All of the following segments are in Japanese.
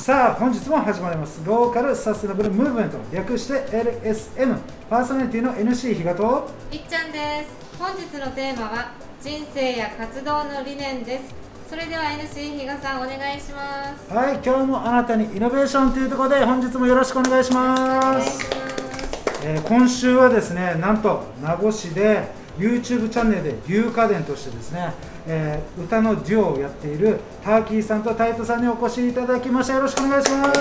さあ本日も始まりますローカルサステナブルムーブメント、略して LSM、 パーソナリティの NC 比嘉といっちゃんです。本日のテーマは人生や活動の理念です。それでは NC 比嘉さんお願いします。 はい、今日もあなたにイノベーションというところで本日もよろしくお願いします。今週はですね、なんと名護市で YouTube チャンネルで龍家電としてですね、歌のデュオをやっているターキーさんとタイトさんにお越しいただきました。よろしくお願いします。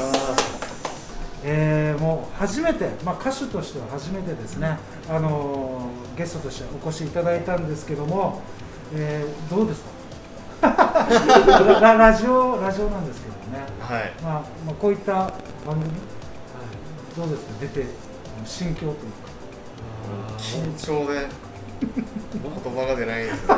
もう初めて、歌手としては初めてですね、ゲストとしてお越しいただいたんですけども、どうですかラジオなんですけどね、 はい、 こういった番組、どうですか、出て心境というか。 緊張で言葉が出ないですね。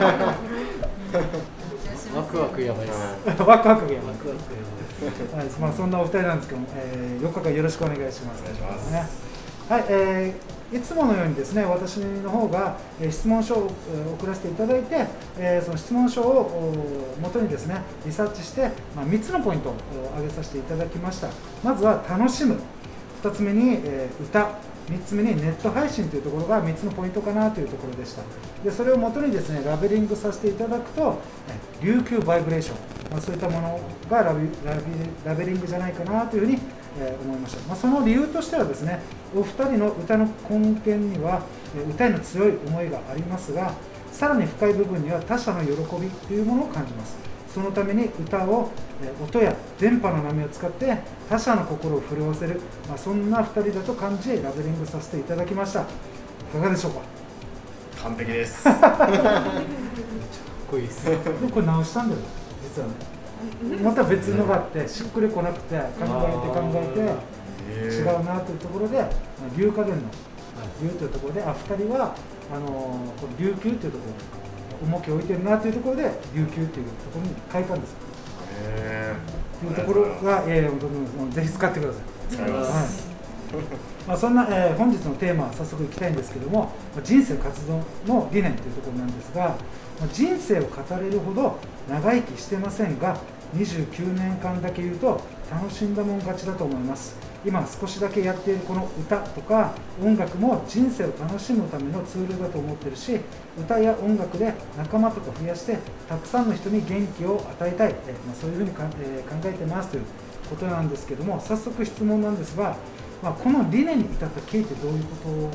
ワクワクやばいです。 ワクワクやばい。はい、そんなお二人なんですけども、4日間よろしくお願いします。 お願いします。 ね、はい、いつものようにですね、私の方が質問書を送らせていただいて、その質問書を元にですね、リサーチして、3つのポイントを挙げさせていただきました。まずは楽しむ、2つ目に歌、3つ目にネット配信というところが3つのポイントかなというところでした。でそれを元にですね、ラベリングさせていただくと、琉球バイブレーション、そういったものがラベリングじゃないかなというふうに思いました。その理由としてはですね、お二人の歌の根源には歌への強い思いがありますが、さらに深い部分には他者の喜びというものを感じます。そのために歌を音や電波の波を使って他者の心を震わせる、そんな2人だと感じラベリングさせていただきました。いかがでしょうか。 完璧です。 かっこいいです。 これ直したんだよ実はね。また別のがあってしっくりこなくて考えて違うなというところで、龍家電の龍というところで、2人はこの琉球というところに重きを置いてるなというところで琉球というところに変えたんです。というところが、ぜひ使ってください。 使います。 そんな、本日のテーマは早速いきたいんですけども、人生活動の理念というところなんですが、人生を語れるほど長生きしてませんが、29年間だけ言うと楽しんだもん勝ちだと思います。今少しだけやっているこの歌とか音楽も人生を楽しむためのツールだと思ってるし、歌や音楽で仲間とか増やしてたくさんの人に元気を与えたい、そういうふうに考えてますということなんですけども、早速質問なんですが、この理念に至った経緯ってどういうことだったん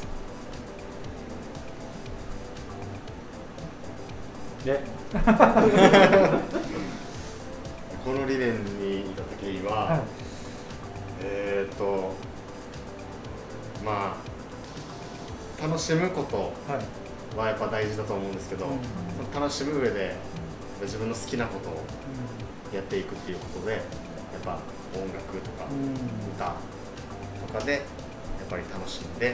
ですか。 この理念に至った経緯は、楽しむことはやっぱ大事だと思うんですけど、その楽しむ上で自分の好きなことをやっていくっていうことで、やっぱ音楽とか歌とかでやっぱり楽しんでいく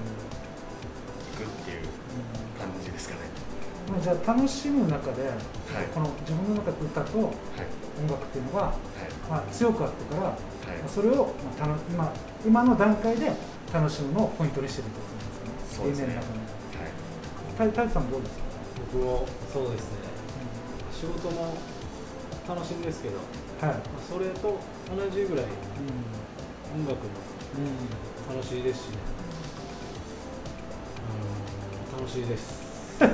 っていう感じですかね。 じゃあ楽しむ中で、この自分の中で歌と音楽っていうのが、強くあってから、それを、今の段階で楽しむのをポイントにしているということですかね。そうですね。タイトさんどうですか。 僕もそうですね。仕事も楽しいんですけど、それと同じぐらい、音楽も楽しいですし、楽しいです。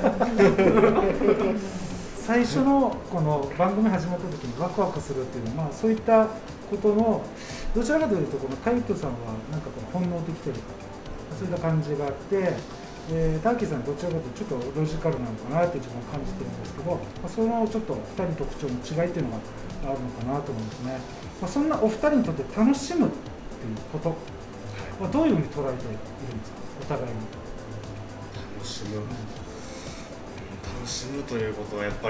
最初のこの番組始まった時にワクワクするっていうのは、そういったことのどちらかというと、このタイトさんはなんかこの本能的というかそういった感じがあって、ターキーさんはどちらかというとちょっとロジカルなのかなって自分は感じてるんですけど、そのちょっと2人特徴の違いっていうのがあるのかなと思うんですね。そんなお二人にとって楽しむっていうことはどういうふうに捉えているんですか、お互いに。 楽しむということはやっぱ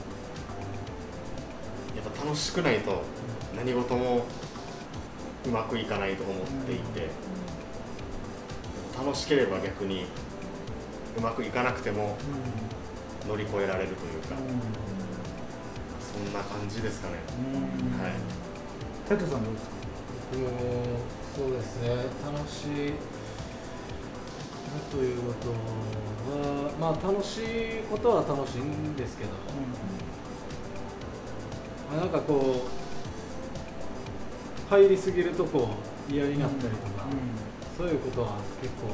楽しくないと何事もうまくいかないと思っていて、楽しければ逆にうまくいかなくても乗り越えられるというか、そんな感じですかね。 タイトさんどうですか。 僕もそうですね、楽しいということは、楽しいことは楽しいんですけど、なんかこう入りすぎるとこう嫌になったりとか、そういうことは結構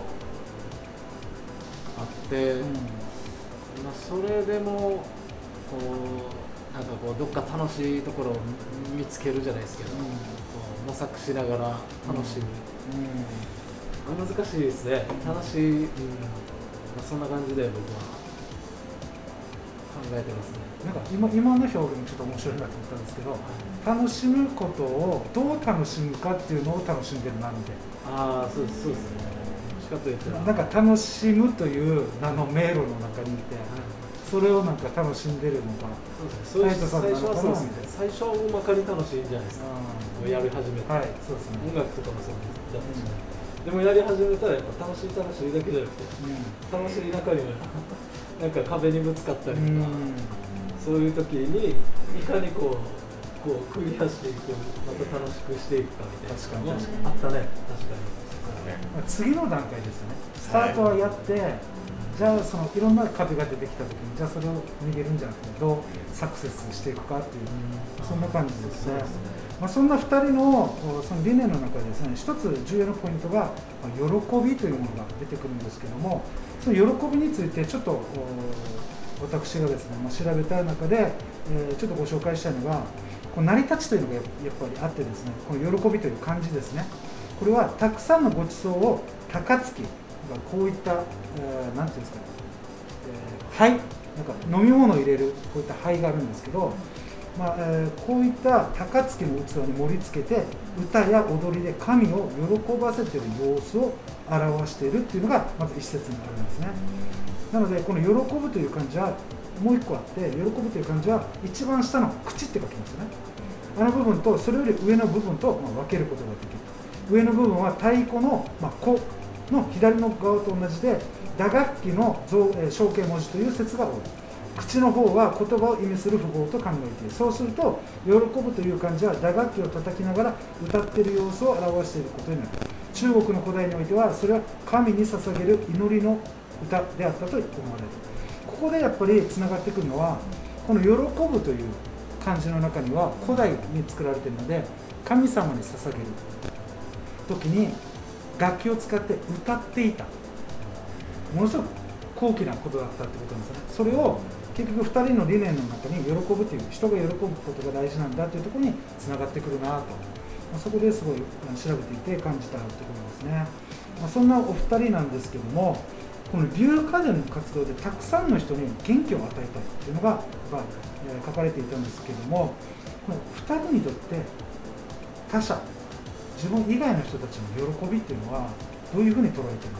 あって、まあ、それでもこうなんかこうどっか楽しいところを見つけるじゃないですけど、こう模索しながら楽しむ、難しいですね。楽しい、まあ、そんな感じで僕は考えてますね。 なんか今の表現もちょっと面白いなと思ったんですけど、楽しむことをどう楽しむかっていうのを楽しんでるなみたいな。 そうですね。しかと言ったらなんか楽しむという名の迷路の中にいて、それをなんか楽しんでるのが、 そうですね。最初はそうですね。最初は大まかに楽しいんじゃないですか。やり始めて、 そうですね。 音楽とかもそうだったし、でもやり始めたらやっぱ楽しいだけじゃなくて、楽しい中にはなんか壁にぶつかったりとか、そういう時にいかにこうクリアしていく、また楽しくしていくかみたいな。 確かにあったね。確かに。 次の段階ですね。スタートはやって、じゃあそのいろんな壁が出てきた時に、じゃあそれを逃げるんじゃなくてどうサクセスしていくかっていう、そんな感じですね。まあ、そんな2人のその理念の中でですね、一つ重要なポイントが喜びというものが出てくるんですけども、その喜びについてちょっと私がですね、調べた中で、ちょっとご紹介したいのが、この成り立ちというのがやっぱりあってですね、この喜びという漢字ですね。これはたくさんのご馳走を高つき、こういった、なんていうんですかね、灰、なんか飲み物を入れるこういった灰があるんですけど、こういった高槻の器に盛り付けて歌や踊りで神を喜ばせている様子を表しているっていうのがまず一節にあるんですね。なのでこの喜ぶという漢字はもう一個あって、喜ぶという漢字は一番下の口って書きますよね。あの部分とそれより上の部分と分けることができる。上の部分は太鼓の子の左の側と同じで打楽器の象形文字という説が多い。口の方は言葉を意味する符号と考えている。そうすると喜ぶという漢字は打楽器を叩きながら歌っている様子を表していることになる。中国の古代においてはそれは神に捧げる祈りの歌であったと思われる。ここでやっぱりつながってくるのは、この喜ぶという漢字の中には古代に作られているので、神様に捧げる時に楽器を使って歌っていた、ものすごく高貴なことだったってことなんですね。それを結局2人の理念の中に喜ぶという、人が喜ぶことが大事なんだというところにつながってくるなと、そこですごい調べていて感じたところですね。そんなお二人なんですけども、この龍華伝の活動でたくさんの人に元気を与えたいというのが書かれていたんですけども、この2人にとって他者、自分以外の人たちの喜びっていうのはどういうふうに捉えているんでしょ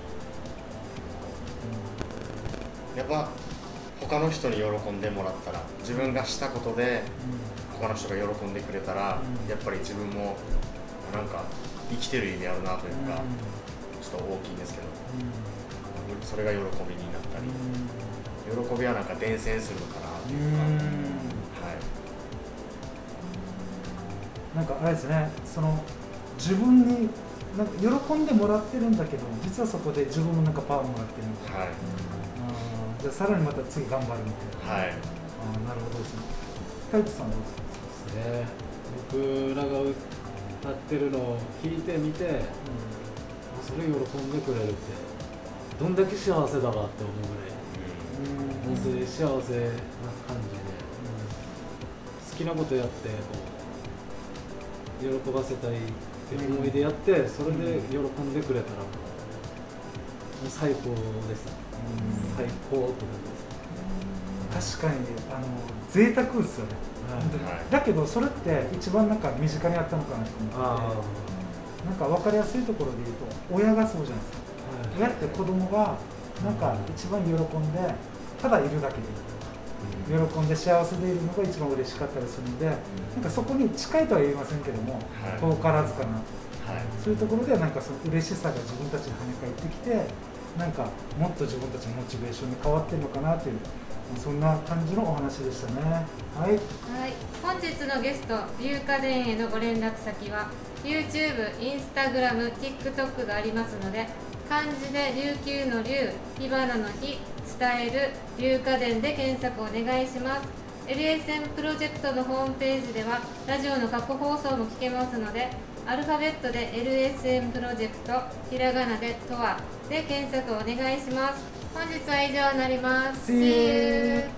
うか。 やっぱ他の人に喜んでもらったら、自分がしたことで他の人が喜んでくれたら、やっぱり自分もなんか生きてる意味あるなというか、ちょっと大きいんですけど、それが喜びになったり、喜びはなんか伝染するのかなというか、 なんかあれですね、その自分になんか喜んでもらってるんだけど、実はそこで自分もなんかパワーもらってるみたいな、じゃあさらにまた次頑張るみたいな、なるほどですね。太一さんどうですか。 僕らが歌ってるのを聞いてみて、それ喜んでくれるってどんだけ幸せだわって思うぐらい、本当に幸せな感じで、好きなことやって喜ばせたいって思いでやって、それで喜んでくれたらもう最高です、最高って感じです。 確かに贅沢ですよね、だけどそれって一番なんか身近にあったのかなと思って、なんか分かりやすいところで言うと親がそうじゃないですか、親って子供がなんか一番喜んでただいるだけでいい、喜んで幸せでいるのが一番嬉しかったりするので、なんかそこに近いとは言いませんけども、遠からずかな、そういうところでなんかその嬉しさが自分たちに跳ね返ってきて、なんかもっと自分たちのモチベーションに変わってるのかなという、そんな感じのお話でしたね。はい、 本日のゲスト龍華伝へのご連絡先は YouTube、Instagram、TikTok がありますので、漢字で琉球の龍、火花の火、伝える龍華伝で検索お願いします。 LSM プロジェクトのホームページではラジオの過去放送も聞けますので、アルファベットで LSM プロジェクト、ひらがなでとわで検索お願いします。本日は以上になります。 See you.